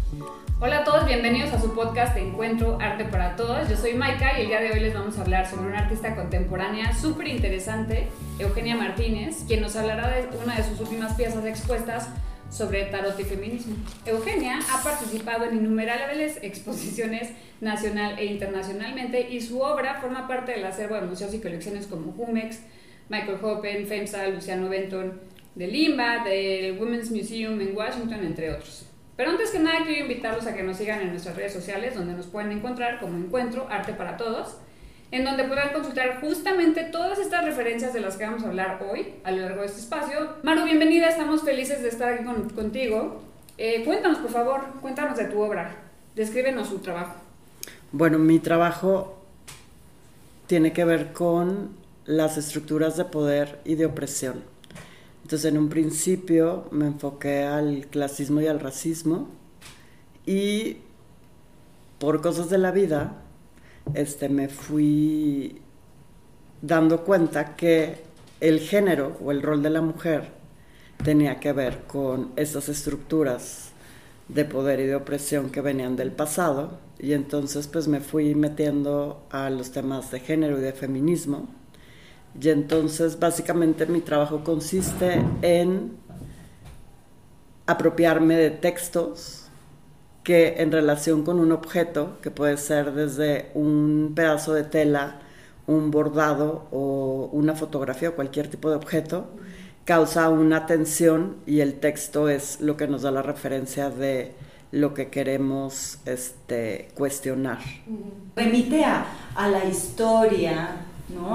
Hola a todos, bienvenidos a su podcast Encuentro Arte para Todos. Yo soy Maika y el día de hoy les vamos a hablar sobre una artista contemporánea súper interesante, Eugenia Martínez, quien nos hablará de una de sus últimas piezas expuestas sobre tarot y feminismo. Eugenia ha participado en innumerables exposiciones nacional e internacionalmente y su obra forma parte del acervo de museos y colecciones como Jumex, Michael Hoppen, FEMSA, Luciano Benton, del Limba, del Women's Museum en Washington, entre otros. Pero antes que nada quiero invitarlos a que nos sigan en nuestras redes sociales, donde nos pueden encontrar como Encuentro Arte para Todos, en donde podrán consultar justamente todas estas referencias de las que vamos a hablar hoy a lo largo de este espacio. Maru, bienvenida, estamos felices de estar aquí contigo. Cuéntanos, por favor, cuéntanos de tu obra, descríbenos su trabajo. Bueno, mi trabajo tiene que ver con las estructuras de poder y de opresión. Entonces, en un principio me enfoqué al clasismo y al racismo y por cosas de la vida me fui dando cuenta que el género o el rol de la mujer tenía que ver con estas estructuras de poder y de opresión que venían del pasado, y entonces pues me fui metiendo a los temas de género y de feminismo. Y entonces básicamente mi trabajo consiste en apropiarme de textos que en relación con un objeto, que puede ser desde un pedazo de tela, un bordado o una fotografía o cualquier tipo de objeto, causa una tensión y el texto es lo que nos da la referencia de lo que queremos cuestionar. Remite a la historia, ¿no?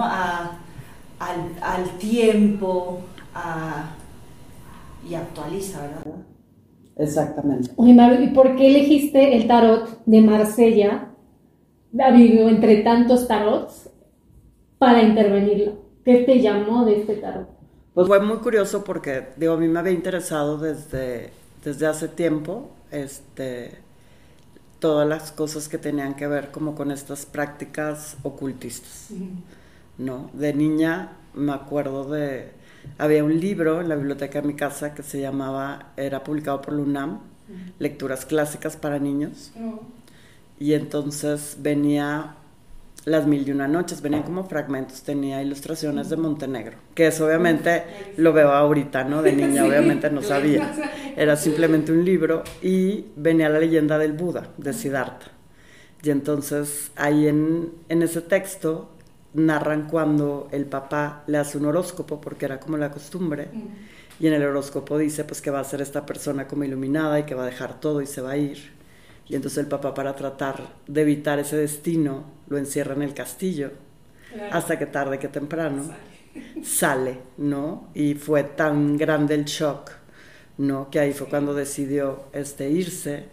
Al tiempo y actualiza, ¿verdad? Exactamente. Oye, Maru, ¿y por qué elegiste el tarot de Marsella, entre tantos tarots, para intervenirlo? ¿Qué te llamó de este tarot? Pues fue muy curioso porque, a mí me había interesado desde hace tiempo, todas las cosas que tenían que ver como con estas prácticas ocultistas, ¿no? De niña me acuerdo había un libro en la biblioteca de mi casa que era publicado por la UNAM, Lecturas Clásicas para Niños, y entonces venía Las Mil y Una Noches, venían como fragmentos, tenía ilustraciones de Montenegro, que eso obviamente lo veo ahorita, ¿no? De niña sí, obviamente no sabía, era simplemente un libro, y venía la leyenda del Buda, de Siddhartha, y entonces ahí en ese texto narran cuando el papá le hace un horóscopo, porque era como la costumbre, y en el horóscopo dice pues que va a ser esta persona como iluminada y que va a dejar todo y se va a ir, y entonces el papá, para tratar de evitar ese destino, lo encierra en el castillo, claro, hasta que tarde que temprano sale, ¿no? Y fue tan grande el shock, ¿no? Que ahí fue cuando decidió irse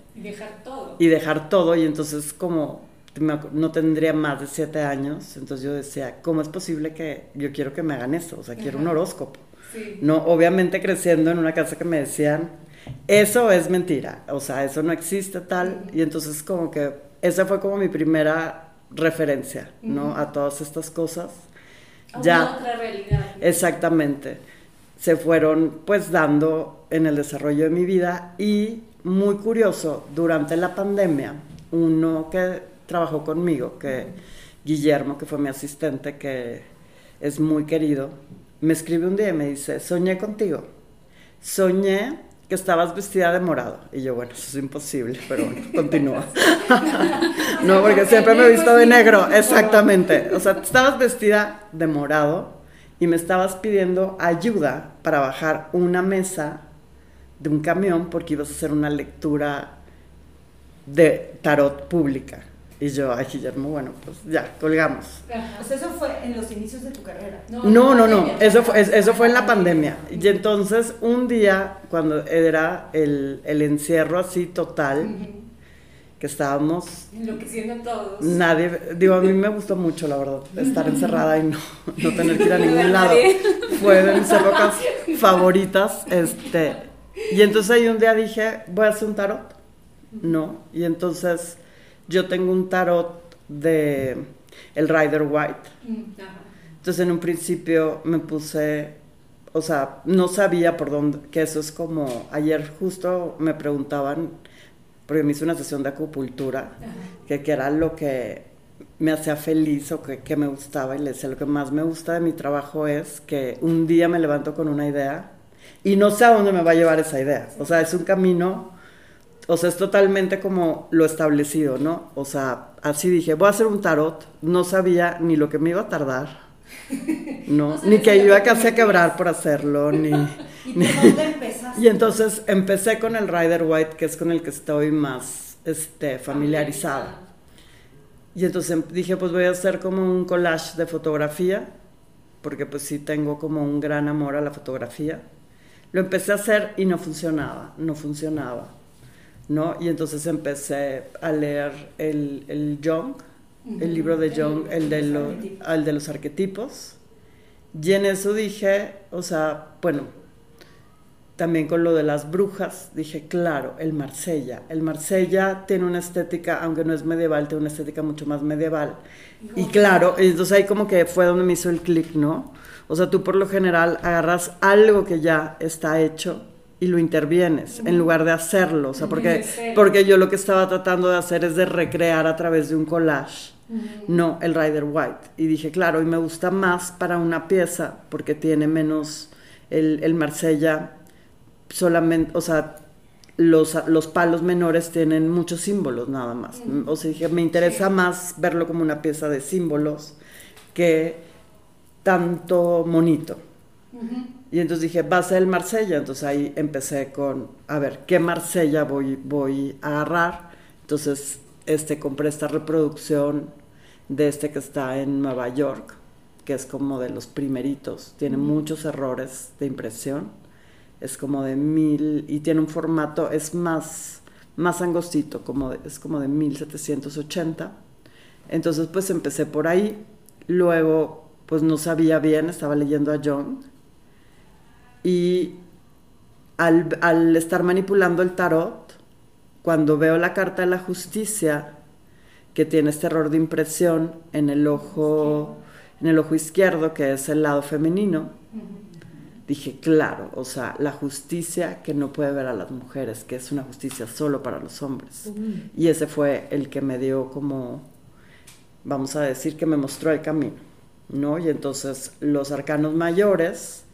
y dejar todo, y entonces como no tendría más de 7 años, entonces yo decía, ¿cómo es posible que yo quiero que me hagan eso? O sea, quiero un horóscopo. Sí. No, obviamente creciendo en una casa que me decían, eso es mentira, o sea, eso no existe tal, y entonces como que esa fue como mi primera referencia, ¿no? A todas estas cosas. A ya, otra realidad. Exactamente. Se fueron pues dando en el desarrollo de mi vida, y muy curioso, durante la pandemia, uno que trabajó conmigo, Guillermo, que fue mi asistente, que es muy querido, me escribe un día y me dice, soñé contigo, soñé que estabas vestida de morado, y yo, bueno, eso es imposible, pero bueno, continúa. No, porque siempre me he visto de negro, exactamente, o sea, estabas vestida de morado y me estabas pidiendo ayuda para bajar una mesa de un camión porque ibas a hacer una lectura de tarot pública. Y yo, ay, Guillermo, bueno, pues ya, colgamos. O sea, eso fue en los inicios de tu carrera. No, eso fue en la pandemia. Y entonces, un día, cuando era el encierro así total, que estábamos... enloqueciendo todos. Nadie, a mí me gustó mucho, la verdad, estar encerrada y no tener que ir a ningún lado. Fue de mis épocas favoritas, Y entonces ahí un día dije, voy a hacer un tarot, ¿no? Y entonces... yo tengo un tarot de el Rider White. Entonces en un principio me puse, o sea, no sabía por dónde, que eso es como, ayer justo me preguntaban, porque me hice una sesión de acupuntura, que era lo que me hacía feliz o que me gustaba, y le decía, lo que más me gusta de mi trabajo es que un día me levanto con una idea y no sé a dónde me va a llevar esa idea. O sea, es un camino, o sea, es totalmente como lo establecido, ¿no? O sea, así dije, voy a hacer un tarot, no sabía ni lo que me iba a tardar, ¿no? Ni que iba casi a quebrar por hacerlo, ni... ¿Y por dónde empezaste? Y entonces empecé con el Rider White, que es con el que estoy más familiarizada. Y entonces dije, pues voy a hacer como un collage de fotografía, porque pues sí tengo como un gran amor a la fotografía. Lo empecé a hacer y no funcionaba, ¿no? Y entonces empecé a leer el Jung, el libro de Jung, el de los arquetipos. Y en eso dije, o sea, bueno, también con lo de las brujas, dije, claro, el Marsella. El Marsella tiene una estética, aunque no es medieval, tiene una estética mucho más medieval. Y claro, entonces ahí como que fue donde me hizo el clic, ¿no? O sea, tú por lo general agarras algo que ya está hecho y lo intervienes, en lugar de hacerlo. O sea, porque yo lo que estaba tratando de hacer es de recrear a través de un collage, no el Rider White. Y dije, claro, y me gusta más para una pieza, porque tiene menos el Marsella. Solamente, o sea, los palos menores tienen muchos símbolos nada más. O sea, dije, me interesa más verlo como una pieza de símbolos que tanto monito. Y entonces dije, va a ser el Marsella. Entonces ahí empecé con, a ver, ¿qué Marsella voy a agarrar? Entonces compré esta reproducción de que está en Nueva York, que es como de los primeritos. Tiene muchos errores de impresión. Es como de 1000 y tiene un formato, es más angostito, es como de 1780. Entonces pues empecé por ahí, luego pues no sabía bien, estaba leyendo a Jung, y al estar manipulando el tarot, cuando veo la carta de la justicia, que tiene este error de impresión en el ojo izquierdo, que es el lado femenino, dije, claro, o sea, la justicia que no puede ver a las mujeres, que es una justicia solo para los hombres. Y ese fue el que me dio como, vamos a decir, que me mostró el camino, ¿no? Y entonces los arcanos mayores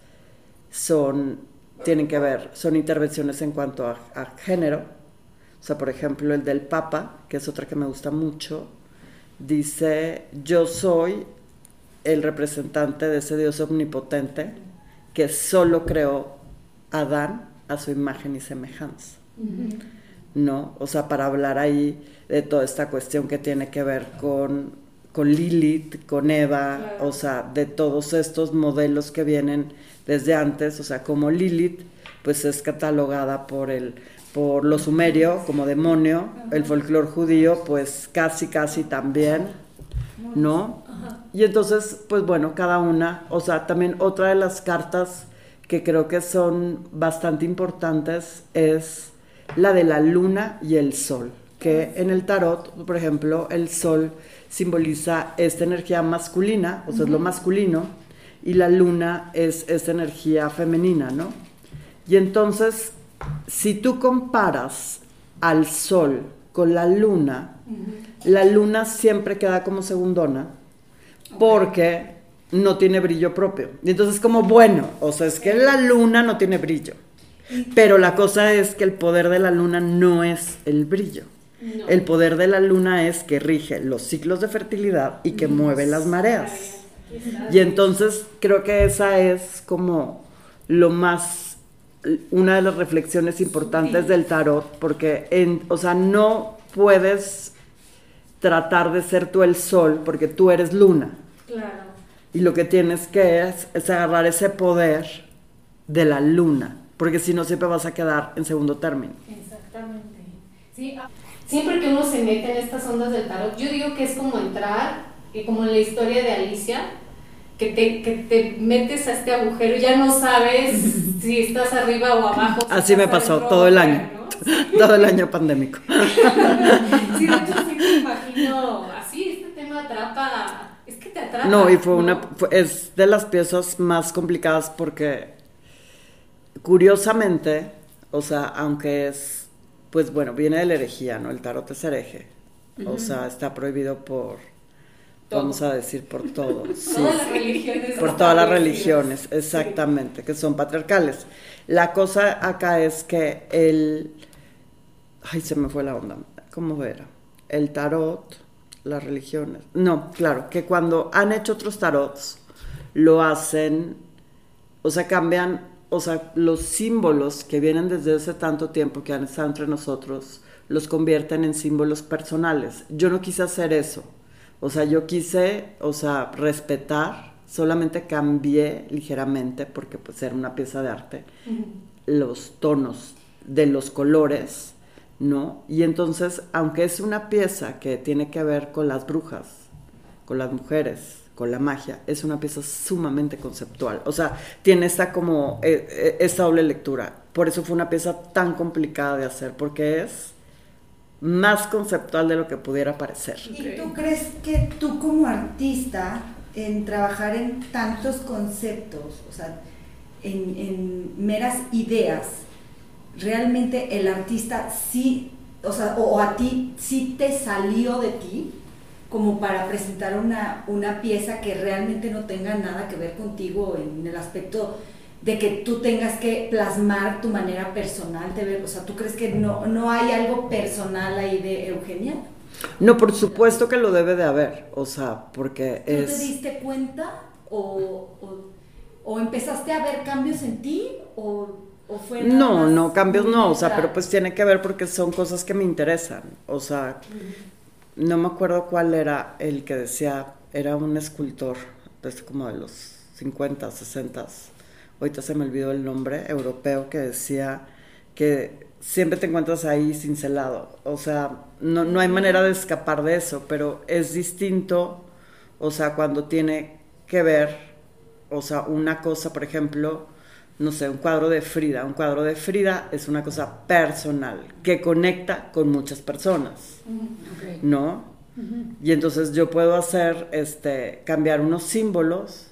tienen que ver, son intervenciones en cuanto a género. O sea, por ejemplo, el del Papa, que es otra que me gusta mucho, dice, yo soy el representante de ese Dios omnipotente que solo creó a Adán a su imagen y semejanza, ¿no? O sea, para hablar ahí de toda esta cuestión que tiene que ver con Lilith, con Eva, claro. O sea, de todos estos modelos que vienen desde antes, o sea, como Lilith, pues es catalogada por lo sumerio como demonio, el folclore judío, pues casi también, ¿no? Y entonces, pues bueno, cada una, o sea, también otra de las cartas que creo que son bastante importantes es la de la luna y el sol, que en el tarot, por ejemplo, el sol simboliza esta energía masculina, o sea, es lo masculino, y la luna es esta energía femenina, ¿no? Y entonces, si tú comparas al sol con la luna siempre queda como segundona, porque no tiene brillo propio. Y entonces como, bueno, o sea, es que la luna no tiene brillo. Pero la cosa es que el poder de la luna no es el brillo. No. El poder de la luna es que rige los ciclos de fertilidad y que mueve las mareas. Y entonces creo que esa es como una de las reflexiones importantes del tarot, porque o sea, no puedes tratar de ser tú el sol, porque tú eres luna. Claro. Y lo que tienes que es agarrar ese poder de la luna, porque si no siempre vas a quedar en segundo término. Exactamente. Sí, siempre que uno se mete en estas ondas del tarot, yo digo que es como entrar, como en la historia de Alicia, que te metes a este agujero y ya no sabes si estás arriba o abajo. Así me pasó todo el año, ¿no? Todo el año pandémico. Sí, de hecho sí me imagino así, este tema atrapa, es que te atrapa. No, y es de las piezas más complicadas porque curiosamente, o sea, aunque es pues bueno, viene de la herejía, ¿no? El tarot es hereje. O sea, está prohibido por, vamos a decir, por todo. Sí. Todas las religiones. Por todas las religiones, exactamente, que son patriarcales. La cosa acá es que ay, se me fue la onda, ¿cómo era? El tarot, las religiones, no, claro, que cuando han hecho otros tarots, lo hacen, o sea, cambian, o sea, los símbolos que vienen desde hace tanto tiempo que han estado entre nosotros, los convierten en símbolos personales. Yo no quise hacer eso, o sea, yo quise, o sea, respetar, solamente cambié ligeramente, porque pues era una pieza de arte, los tonos de los colores, ¿no? Y entonces, aunque es una pieza que tiene que ver con las brujas, con las mujeres, con la magia, es una pieza sumamente conceptual. O sea, tiene esta como, esta doble lectura. Por eso fue una pieza tan complicada de hacer, porque es más conceptual de lo que pudiera parecer. ¿Y tú crees que tú como artista, en trabajar en tantos conceptos, o sea, en meras ideas, realmente el artista sí, o sea, o a ti sí te salió de ti como para presentar una pieza que realmente no tenga nada que ver contigo en el aspecto de que tú tengas que plasmar tu manera personal de ver? O sea, ¿tú crees que no hay algo personal ahí de Eugenia? No, por supuesto que lo debe de haber, o sea, porque ¿Tú te diste cuenta o empezaste a ver cambios en ti o fue nada más No, cambios no, o sea, neutral? pero pues tiene que ver porque son cosas que me interesan, o sea, no me acuerdo cuál era el que decía, era un escultor, desde como de los 50, 60, ahorita se me olvidó el nombre, europeo, que decía que siempre te encuentras ahí cincelado, o sea, no hay manera de escapar de eso, pero es distinto, o sea, cuando tiene que ver, o sea, una cosa, por ejemplo, no sé, un cuadro de Frida es una cosa personal, que conecta con muchas personas, ¿no? Y entonces yo puedo hacer, cambiar unos símbolos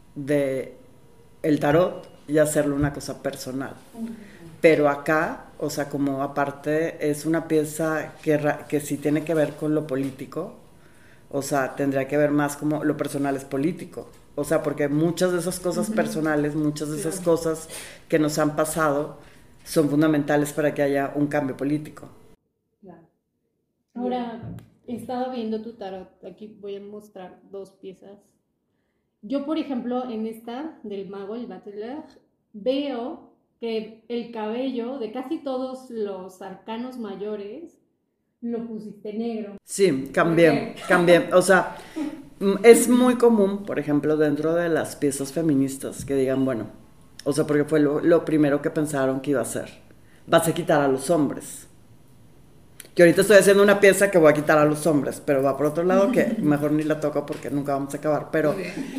de el tarot y hacerlo una cosa personal. Pero acá, o sea, como aparte es una pieza que sí tiene que ver con lo político, o sea, tendría que ver más como lo personal es político. O sea, porque muchas de esas cosas personales, muchas de esas cosas que nos han pasado son fundamentales para que haya un cambio político. Claro. Ahora, estaba viendo tu tarot, aquí voy a mostrar dos piezas. Yo, por ejemplo, en esta del mago, el Bateleur, veo que el cabello de casi todos los arcanos mayores lo pusiste negro. Sí, cambié. O sea, es muy común, por ejemplo, dentro de las piezas feministas, que digan, bueno, o sea, porque fue lo primero que pensaron que iba a hacer. Vas a quitar a los hombres. Que ahorita estoy haciendo una pieza que voy a quitar a los hombres, pero va por otro lado que mejor ni la toco porque nunca vamos a acabar. Pero,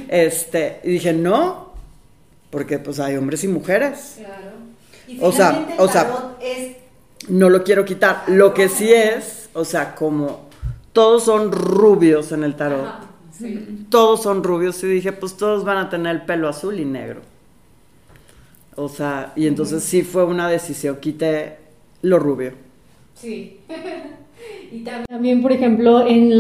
y dije, no, porque pues hay hombres y mujeres. Claro. Y O sea, finalmente el tarot es... No lo quiero quitar. Lo que sí es, o sea, como todos son rubios en el tarot. Ajá, sí. Todos son rubios y dije, pues todos van a tener el pelo azul y negro. O sea, y entonces sí fue una decisión, quité lo rubio. Sí. Y también, por ejemplo, en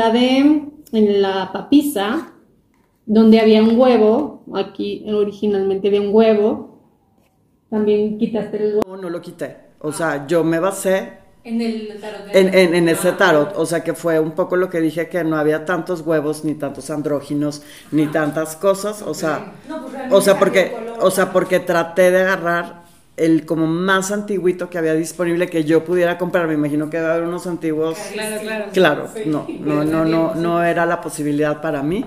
la papisa, donde había un huevo, aquí originalmente había un huevo, también quitaste el huevo. No lo quité. O sea, yo me basé En el tarot. en ese tarot, o sea que fue un poco lo que dije, que no había tantos huevos, ni tantos andróginos, ni tantas cosas, o sea, No, pues realmente porque traté de agarrar el como más antiguito que había disponible que yo pudiera comprar. Me imagino que debe haber unos antiguos. Claro, Sí. no era la posibilidad para mí.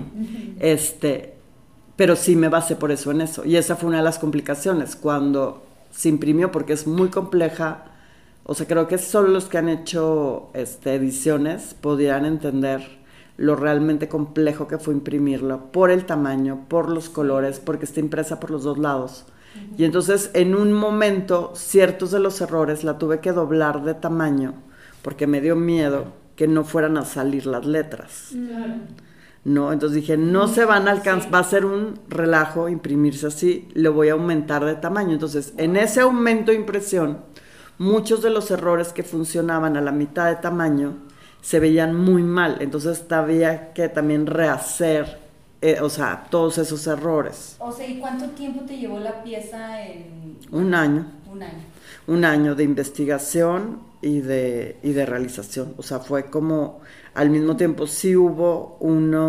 Pero sí me basé por eso en eso. Y esa fue una de las complicaciones cuando se imprimió, porque es muy compleja. O sea, creo que solo los que han hecho ediciones podrían entender lo realmente complejo que fue imprimirlo, por el tamaño, por los colores, porque está impresa por los dos lados. Y entonces, en un momento, ciertos de los errores la tuve que doblar de tamaño, porque me dio miedo que no fueran a salir las letras. Claro. ¿No? Entonces dije, no se van a alcanzar, va a ser un relajo imprimirse así, lo voy a aumentar de tamaño. Entonces, en ese aumento de impresión, muchos de los errores que funcionaban a la mitad de tamaño se veían muy mal, entonces había que también rehacer, todos esos errores. O sea, ¿y cuánto tiempo te llevó la pieza en...? Un año. Un año. Un año de investigación y de realización. O sea, fue como, al mismo tiempo sí hubo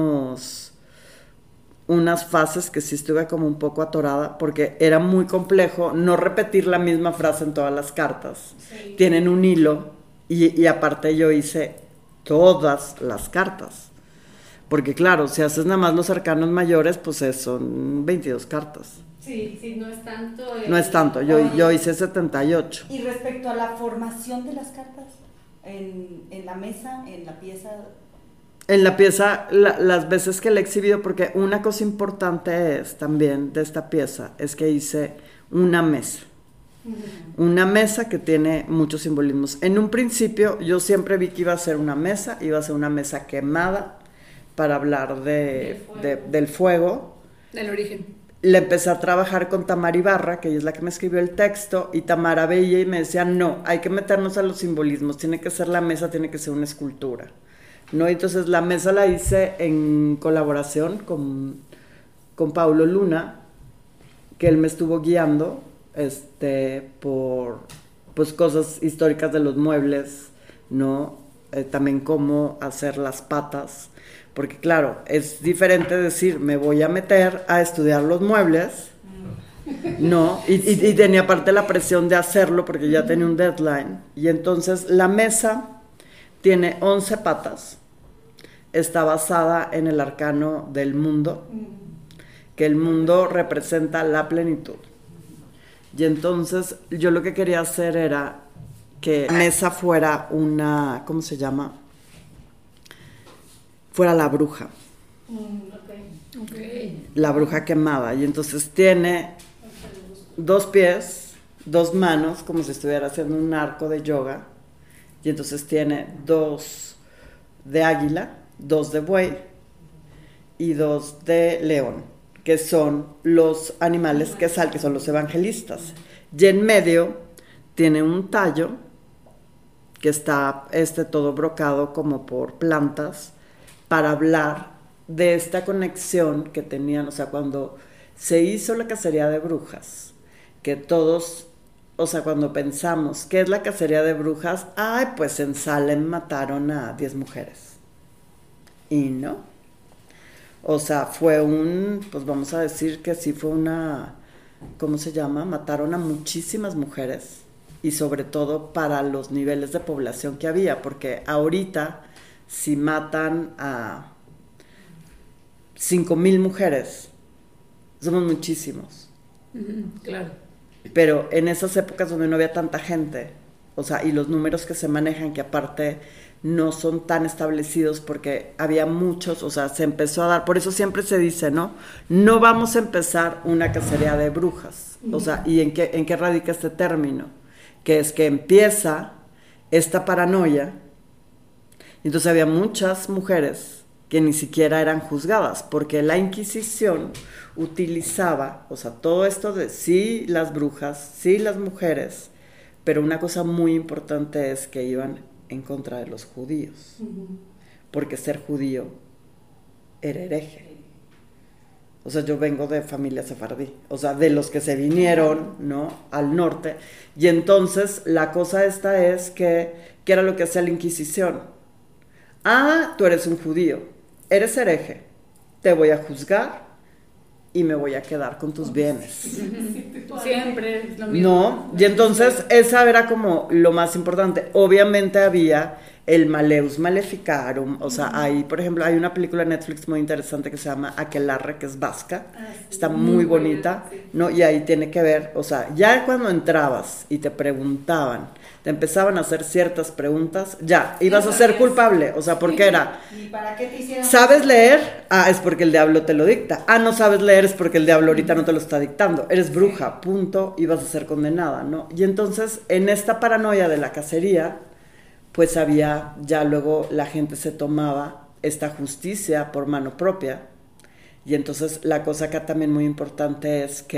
unas fases que sí estuve como un poco atorada, porque era muy complejo no repetir la misma frase en todas las cartas. Sí. Tienen un hilo, y aparte yo hice todas las cartas. Porque claro, si haces nada más los arcanos mayores, pues son 22 cartas. Sí, no es tanto. No es tanto, yo hice 78. Y respecto a la formación de las cartas, en la mesa, en la pieza... En la pieza, las veces que la he exhibido, porque una cosa importante es también de esta pieza, es que hice una mesa. Una mesa que tiene muchos simbolismos. En un principio yo siempre vi que iba a ser una mesa quemada para hablar del fuego. Del origen. Le empecé a trabajar con Tamara Ibarra, que ella es la que me escribió el texto, y Tamara veía y me decía, no, hay que meternos a los simbolismos, tiene que ser la mesa, tiene que ser una escultura, ¿no? Entonces la mesa la hice en colaboración con Paulo Luna, que él me estuvo guiando por pues cosas históricas de los muebles, ¿no? También cómo hacer las patas, porque claro, es diferente decir, me voy a meter a estudiar los muebles, ¿no? Y tenía aparte la presión de hacerlo, porque ya tenía un deadline, y entonces la mesa tiene 11 patas, está basada en el arcano del mundo, que el mundo representa la plenitud. Y entonces yo lo que quería hacer era que la mesa fuera una, ¿cómo se llama? Fuera la bruja. Okay. La bruja quemada. Y entonces tiene 2 pies, 2 manos, como si estuviera haciendo un arco de yoga. Y entonces tiene 2 de águila, 2 de buey y 2 de león, que son los animales que son los evangelistas. Y en medio tiene un tallo que está todo brocado como por plantas, para hablar de esta conexión que tenían, o sea, cuando se hizo la cacería de brujas, que todos, o sea, cuando pensamos, ¿qué es la cacería de brujas? Ay, pues en Salem mataron a 10 mujeres. Y no. O sea, fue pues vamos a decir que sí fue una, ¿cómo se llama? Mataron a muchísimas mujeres, y sobre todo para los niveles de población que había, porque ahorita si matan a 5,000 mujeres, somos muchísimos. Claro. Pero en esas épocas donde no había tanta gente, o sea, y los números que se manejan, que aparte no son tan establecidos, porque había muchos, o sea, se empezó a dar, por eso siempre se dice, ¿no? No vamos a empezar una cacería de brujas. O sea, ¿y en qué radica este término? Que es que empieza esta paranoia. Entonces había muchas mujeres que ni siquiera eran juzgadas, porque la Inquisición utilizaba, o sea, todo esto de sí las brujas, sí las mujeres, pero una cosa muy importante es que iban en contra de los judíos, porque ser judío era hereje. O sea, yo vengo de familia sefardí, o sea, de los que se vinieron, ¿no?, al norte, y entonces la cosa esta es que, ¿qué era lo que hacía la Inquisición? Ah, tú eres un judío, eres hereje, te voy a juzgar y me voy a quedar con tus bienes. Siempre es lo mismo. No, y entonces esa era como lo más importante. Obviamente había el Maleus Maleficarum, o sea, hay, por ejemplo, hay una película de Netflix muy interesante que se llama Aquelarre, que es vasca, está muy bonita, ¿no? Y ahí tiene que ver, o sea, ya cuando entrabas y te preguntaban, te empezaban a hacer ciertas preguntas, ya, ibas a ser culpable, o sea, porque era, ¿y para qué te hicieron? ¿Sabes leer? Ah, es porque el diablo te lo dicta. Ah, no sabes leer, es porque el diablo ahorita no te lo está dictando. Eres bruja, punto, y vas a ser condenada, ¿no? Y entonces, en esta paranoia de la cacería, pues había, ya luego la gente se tomaba esta justicia por mano propia. Y entonces la cosa acá también muy importante es que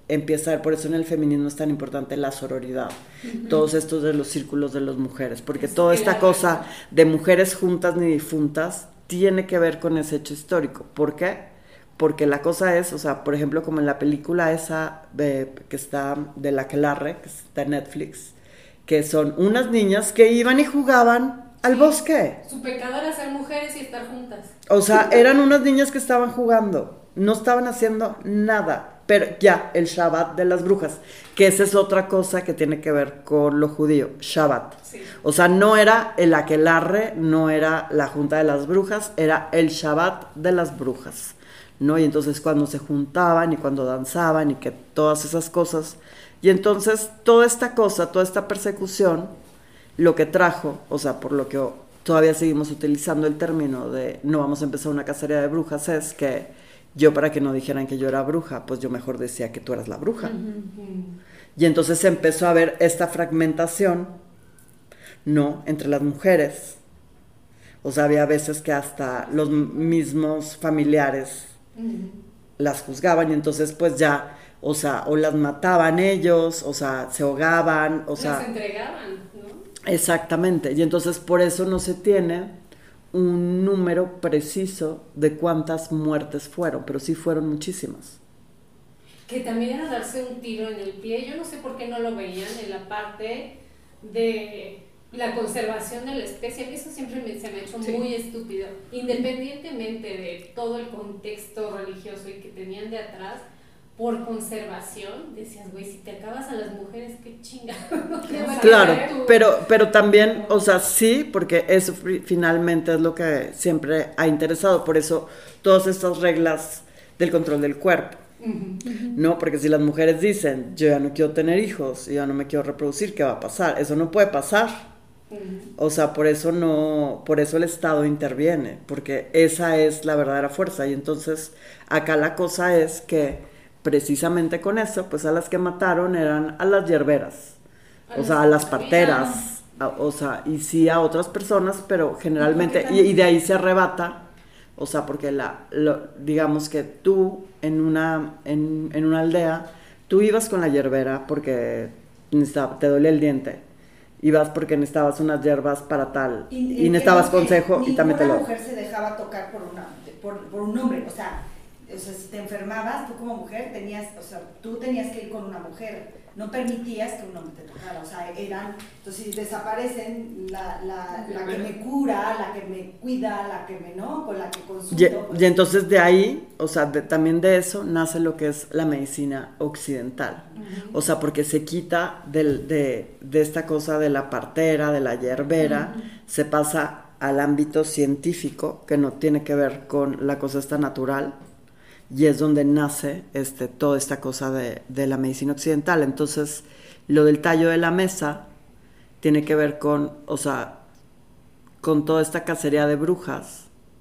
empieza a ver, por eso en el feminismo es tan importante la sororidad, todos estos de los círculos de las mujeres, porque toda esta cosa de mujeres juntas ni difuntas tiene que ver con ese hecho histórico. ¿Por qué? Porque la cosa es, o sea, por ejemplo, como en la película esa que está de la Aquelarre, que está en Netflix, que son unas niñas que iban y jugaban al bosque. Su pecado era ser mujeres y estar juntas. O sea, eran unas niñas que estaban jugando, no estaban haciendo nada, pero ya, el Shabbat de las brujas, que esa es otra cosa que tiene que ver con lo judío, Shabbat. Sí. O sea, no era el aquelarre, no era la junta de las brujas, era el Shabbat de las brujas, ¿no? Y entonces cuando se juntaban y cuando danzaban y que todas esas cosas, y entonces toda esta cosa, toda esta persecución, lo que trajo, o sea, por lo que todavía seguimos utilizando el término de no vamos a empezar una cacería de brujas, es que yo, para que no dijeran que yo era bruja, pues yo mejor decía que tú eras la bruja. Y entonces empezó a haber esta fragmentación, ¿no?, entre las mujeres. O sea, había veces que hasta los mismos familiares las juzgaban y entonces pues ya, o sea, o las mataban ellos, o sea, se ahogaban, o sea... Las entregaban, ¿no? Exactamente, y entonces por eso no se tiene un número preciso de cuántas muertes fueron, pero sí fueron muchísimas. Que también era darse un tiro en el pie. Yo no sé por qué no lo veían en la parte de la conservación de la especie. A mí eso siempre se me ha hecho muy estúpido. Independientemente de todo el contexto religioso y que tenían de atrás, por conservación, decías, güey, si te acabas a las mujeres, qué chinga. Claro, pero también, o sea, sí, porque eso finalmente es lo que siempre ha interesado, por eso todas estas reglas del control del cuerpo, ¿no? Porque si las mujeres dicen, yo ya no quiero tener hijos, yo ya no me quiero reproducir, ¿qué va a pasar? Eso no puede pasar. O sea, por eso el Estado interviene, porque esa es la verdadera fuerza, y entonces acá la cosa es que precisamente con eso, pues a las que mataron eran a las yerberas, o sea, a las parteras, o sea, y sí a otras personas, pero generalmente, y de ahí se arrebata, o sea, porque digamos que tú en una aldea, tú ibas con la yerbera porque te dolía el diente, ibas porque necesitabas unas hierbas para tal, y necesitabas consejo, y también te lo... Ninguna mujer se dejaba tocar por un hombre, o sea, si te enfermabas, tú como mujer tú tenías que ir con una mujer, no permitías que un hombre te tocara, o sea, entonces si desaparecen la que me cura, la que me cuida, la que me, ¿no?, con la que consulto. Y entonces de ahí, o sea, también de eso nace lo que es la medicina occidental, o sea, porque se quita de esta cosa de la partera, de la yerbera, se pasa al ámbito científico, que no tiene que ver con la cosa esta natural, y es donde nace toda esta cosa de la medicina occidental. Entonces, lo del tallo de la mesa tiene que ver con, o sea, con toda esta cacería de brujas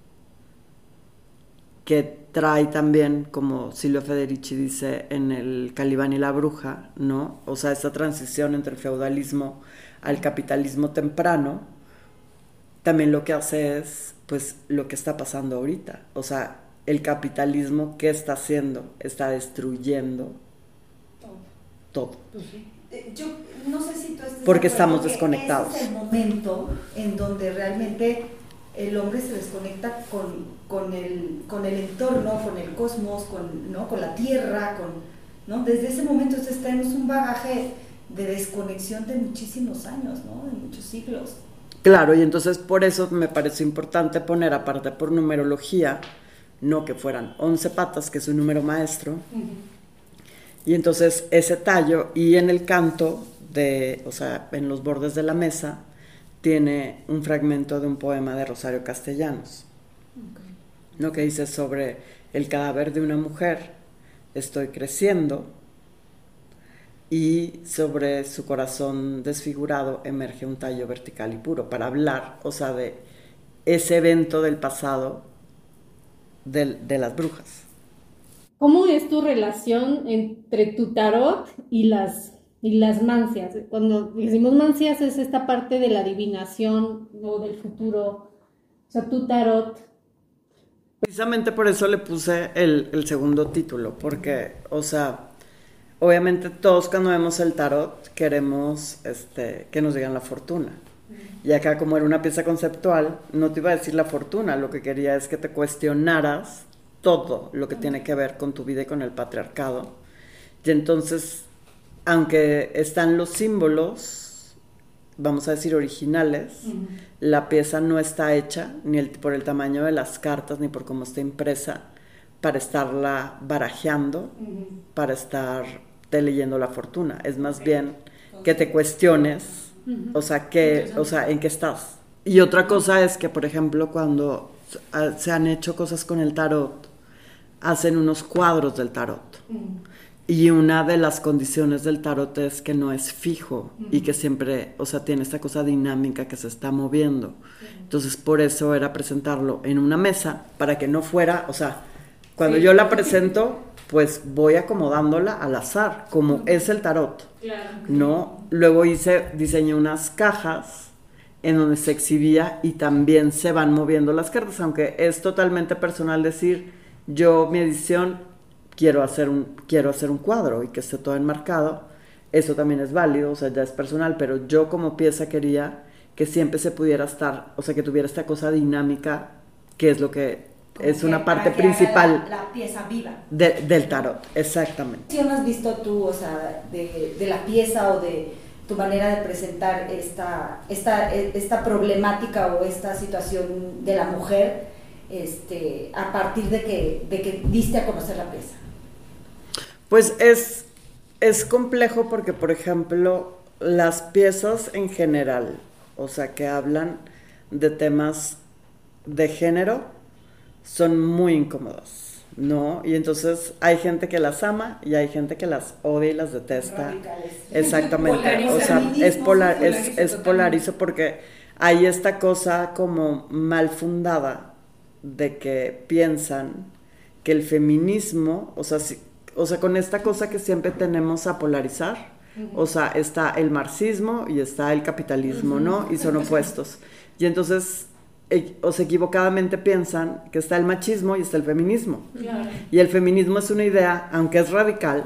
que trae también, como Silvio Federici dice en el Calibán y la bruja, ¿no? O sea, esta transición entre el feudalismo al capitalismo temprano, también lo que hace es, pues, lo que está pasando ahorita, o sea, el capitalismo, ¿qué está haciendo? Está destruyendo todo. Yo no sé si tú estés porque estamos desconectados. Ese es el momento en donde realmente el hombre se desconecta con el entorno, con el cosmos, con la tierra, ¿no? Desde ese momento tenemos un bagaje de desconexión de muchísimos años, ¿no? De muchos siglos. Claro, y entonces por eso me parece importante poner, aparte por numerología, no que fueran 11 patas, que es un número maestro, y entonces ese tallo, y en el canto, o sea, en los bordes de la mesa, tiene un fragmento de un poema de Rosario Castellanos, ¿no?, que dice: sobre el cadáver de una mujer estoy creciendo, y sobre su corazón desfigurado emerge un tallo vertical y puro, para hablar, o sea, de ese evento del pasado de las brujas. ¿Cómo es tu relación entre tu tarot y las mancias? Cuando decimos mancias es esta parte de la adivinación o del futuro, o sea, tu tarot. Precisamente por eso le puse el segundo título, porque, o sea, obviamente todos cuando vemos el tarot queremos que nos digan la fortuna. Y acá, como era una pieza conceptual, no te iba a decir la fortuna, lo que quería es que te cuestionaras todo lo que tiene que ver con tu vida y con el patriarcado. Y entonces, aunque están los símbolos, vamos a decir originales, la pieza no está hecha ni por el tamaño de las cartas ni por cómo está impresa para estarla barajeando, para estarte leyendo la fortuna. Es más bien que te cuestiones, o sea, en qué estás. Y otra cosa es que, por ejemplo, cuando se han hecho cosas con el tarot, hacen unos cuadros del tarot. Y una de las condiciones del tarot es que no es fijo y que siempre, o sea, tiene esta cosa dinámica que se está moviendo. Entonces, por eso era presentarlo en una mesa para que no fuera, o sea, cuando yo la presento, pues voy acomodándola al azar, como es el tarot. Claro. ¿No? Luego diseñé unas cajas en donde se exhibía y también se van moviendo las cartas, aunque es totalmente personal decir, yo mi edición quiero hacer un cuadro y que esté todo enmarcado. Eso también es válido, o sea, ya es personal, pero yo como pieza quería que siempre se pudiera estar, o sea, que tuviera esta cosa dinámica, que es lo que como es una parte principal la pieza viva del tarot, exactamente. ¿Qué has visto tú, o sea, de la pieza o de tu manera de presentar esta problemática o esta situación de la mujer a partir de que diste a conocer la pieza? Pues es complejo porque, por ejemplo, las piezas en general, o sea, que hablan de temas de género, son muy incómodas, ¿no? Y entonces hay gente que las ama y hay gente que las odia y las detesta. Radicales. Exactamente, o sea, es polarizo porque hay esta cosa como mal fundada de que piensan que el feminismo, o sea, con esta cosa que siempre tenemos a polarizar, o sea, está el marxismo y está el capitalismo, ¿no? Y son opuestos. Y entonces o sea, equivocadamente piensan que está el machismo y está el feminismo. Claro. Y el feminismo es una idea, aunque es radical,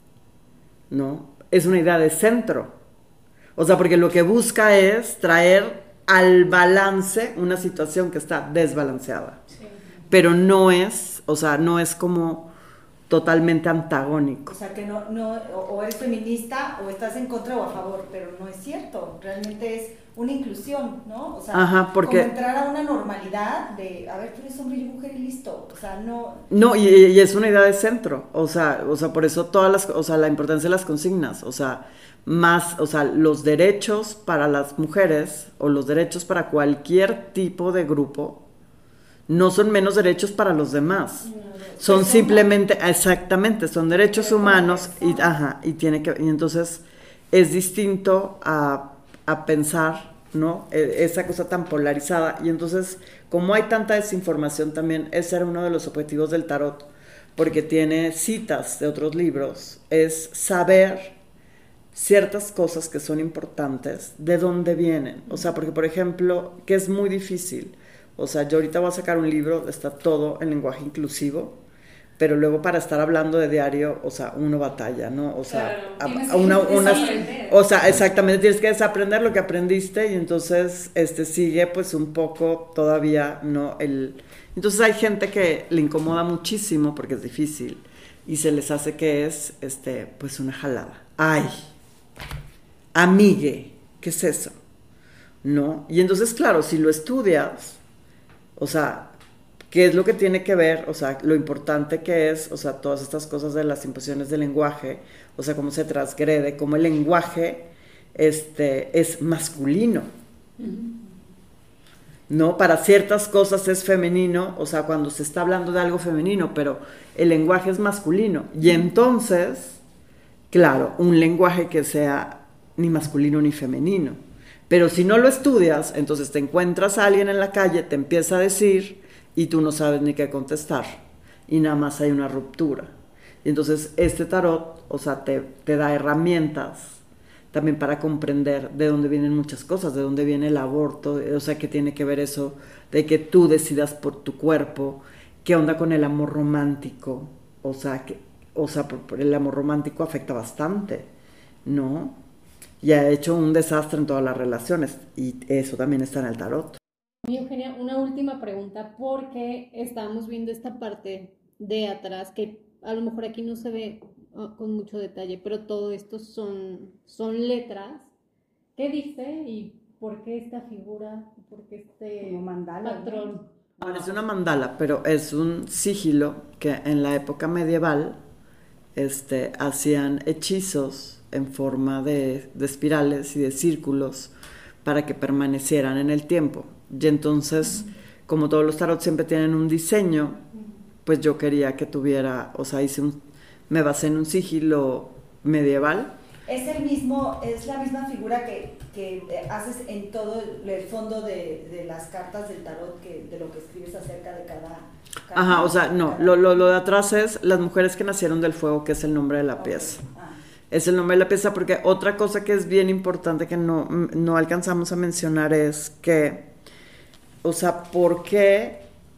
¿no? Es una idea de centro. O sea, porque lo que busca es traer al balance una situación que está desbalanceada. Sí. Pero no es, o sea, no es como totalmente antagónico. O sea, que no o eres feminista o estás en contra o a favor, pero no es cierto. Realmente es una inclusión, ¿no? O sea, ajá, porque como entrar a una normalidad de, a ver, tú eres hombre y yo mujer y listo. O sea, no... No, y es una idea de centro. O sea, por eso o sea, la importancia de las consignas. O sea, más, o sea, los derechos para las mujeres o los derechos para cualquier tipo de grupo no son menos derechos para los demás. Son simplemente, exactamente, son derechos humanos y entonces es distinto a pensar, ¿no? Esa cosa tan polarizada. Y entonces, como hay tanta desinformación también, ese era uno de los objetivos del tarot, porque tiene citas de otros libros, es saber ciertas cosas que son importantes, de dónde vienen. O sea, porque por ejemplo, que es muy difícil. O sea, yo ahorita voy a sacar un libro, está todo en lenguaje inclusivo, pero luego para estar hablando de diario, o sea, uno batalla, ¿no? O sea, claro, o sea, exactamente, tienes que desaprender lo que aprendiste y entonces sigue pues un poco todavía, ¿no? Entonces hay gente que le incomoda muchísimo porque es difícil y se les hace que es, pues una jalada. Ay, amigue, ¿qué es eso? ¿No? Y entonces, claro, si lo estudias, o sea, ¿qué es lo que tiene que ver? O sea, lo importante que es, o sea, todas estas cosas de las imposiciones del lenguaje, o sea, cómo se transgrede, cómo el lenguaje es masculino. ¿No? Para ciertas cosas es femenino, o sea, cuando se está hablando de algo femenino, pero el lenguaje es masculino. Y entonces, claro, un lenguaje que sea ni masculino ni femenino. Pero si no lo estudias, entonces te encuentras a alguien en la calle, te empieza a decir y tú no sabes ni qué contestar. Y nada más hay una ruptura. Y entonces este tarot, o sea, te da herramientas también para comprender de dónde vienen muchas cosas, de dónde viene el aborto, o sea, qué tiene que ver eso de que tú decidas por tu cuerpo, qué onda con el amor romántico, o sea, o sea, por el amor romántico afecta bastante, ¿no? Y ha hecho un desastre en todas las relaciones, y eso también está en el tarot. Eugenia, una última pregunta, porque estamos viendo esta parte de atrás, que a lo mejor aquí no se ve con mucho detalle, pero todo esto son letras. ¿Qué dice y por qué esta figura, por qué este como mandala, patrón? ¿No? Es una mandala, pero es un sigilo que en la época medieval hacían hechizos en forma de espirales y de círculos para que permanecieran en el tiempo. Y entonces, como todos los tarot siempre tienen un diseño, pues yo quería que tuviera, o sea, me basé en un sigilo medieval. Es la misma figura que haces en todo el fondo de las cartas del tarot, de lo que escribes acerca de cada carta. Ajá, o sea, no, lo de atrás es las mujeres que nacieron del fuego, que es el nombre de la pieza. Es el nombre de la pieza, porque otra cosa que es bien importante que no alcanzamos a mencionar es que, o sea, ¿por qué?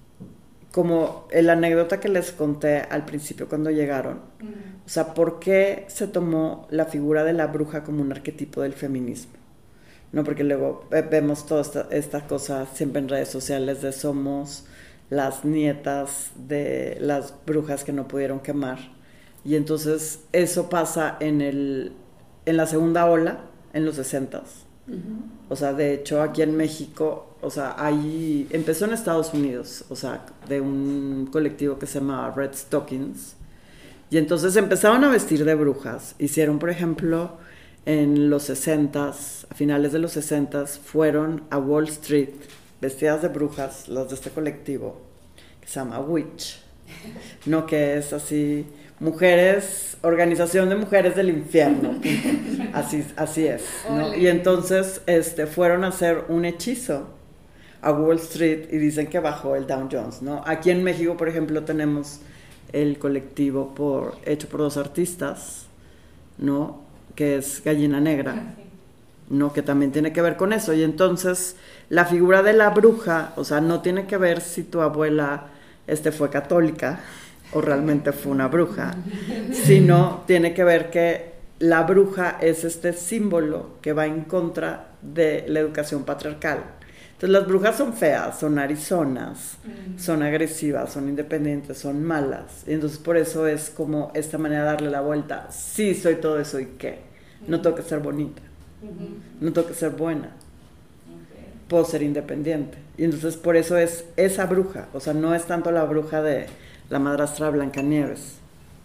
Como la anécdota que les conté al principio cuando llegaron, o sea, ¿por qué se tomó la figura de la bruja como un arquetipo del feminismo? No, porque luego vemos toda esta cosa siempre en redes sociales de somos las nietas de las brujas que no pudieron quemar. Y entonces eso pasa en la segunda ola, en los 60s. O sea, de hecho, aquí en México, o sea, ahí empezó en Estados Unidos, o sea, de un colectivo que se llama Red Stockings. Y entonces empezaron a vestir de brujas. Hicieron, por ejemplo, en los 60s, a finales de los 60s, fueron a Wall Street vestidas de brujas, las de este colectivo, que se llama Witch, ¿no? Que es así, mujeres, organización de mujeres del infierno, así es, ¿no? Y entonces fueron a hacer un hechizo a Wall Street y dicen que bajó el Dow Jones, ¿no? Aquí en México, por ejemplo, tenemos el colectivo hecho por 2 artistas, ¿no? Que es Gallina Negra, ¿no? Que también tiene que ver con eso. Y entonces la figura de la bruja, o sea, no tiene que ver si tu abuela fue católica o realmente fue una bruja, sino tiene que ver que la bruja es este símbolo que va en contra de la educación patriarcal. Entonces las brujas son feas, son arizonas, son agresivas, son independientes, son malas. Y entonces por eso es como esta manera de darle la vuelta. Sí, soy todo eso y qué. No tengo que ser bonita. No tengo que ser buena. Puedo ser independiente. Y entonces por eso es esa bruja. O sea, no es tanto la bruja de la madrastra Blancanieves.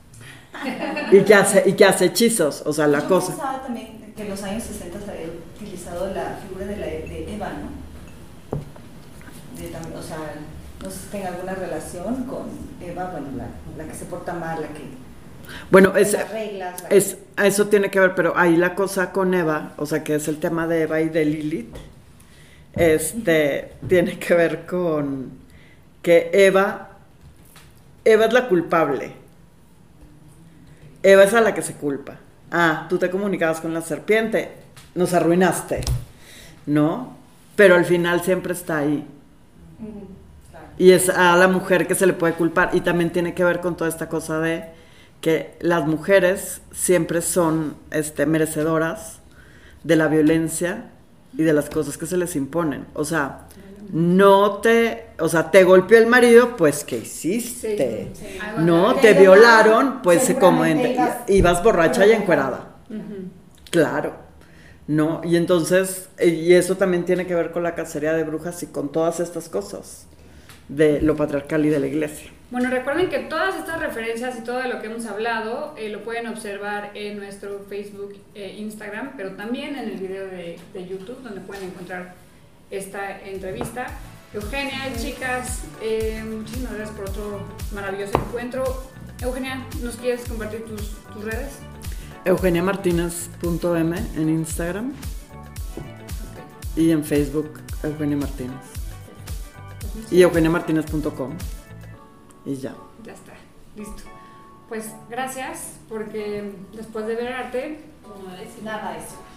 y que hace hechizos. O sea, la cosa. Yo pensaba también que en los años 60 se había utilizado la figura de Eva, ¿no? O sea, no sé si tenga alguna relación con Eva, bueno, la que se porta mal, la que... Bueno, las reglas, eso tiene que ver, pero ahí la cosa con Eva, o sea, que es el tema de Eva y de Lilith, tiene que ver con que Eva es la culpable. Eva es a la que se culpa. Tú te comunicabas con la serpiente, nos arruinaste, ¿no? Pero al final siempre está ahí. Y es a la mujer que se le puede culpar. Y también tiene que ver con toda esta cosa de que las mujeres siempre son merecedoras de la violencia y de las cosas que se les imponen. O sea, te golpeó el marido, pues ¿qué hiciste? Sí. No, te violaron, pues como ibas borracha y encuerada. Claro. ¿No? Y entonces, y eso también tiene que ver con la cacería de brujas y con todas estas cosas de lo patriarcal y de la iglesia. Bueno, recuerden que todas estas referencias y todo lo que hemos hablado lo pueden observar en nuestro Facebook e Instagram, pero también en el video de YouTube, donde pueden encontrar esta entrevista. Eugenia, chicas, muchísimas gracias por otro maravilloso encuentro. Eugenia, ¿nos quieres compartir tus redes? eugeniamartinez.m en Instagram y en Facebook Eugenia Martínez y eugeniamartinez.com y ya está, listo. Pues gracias, porque después de ver arte nada eso.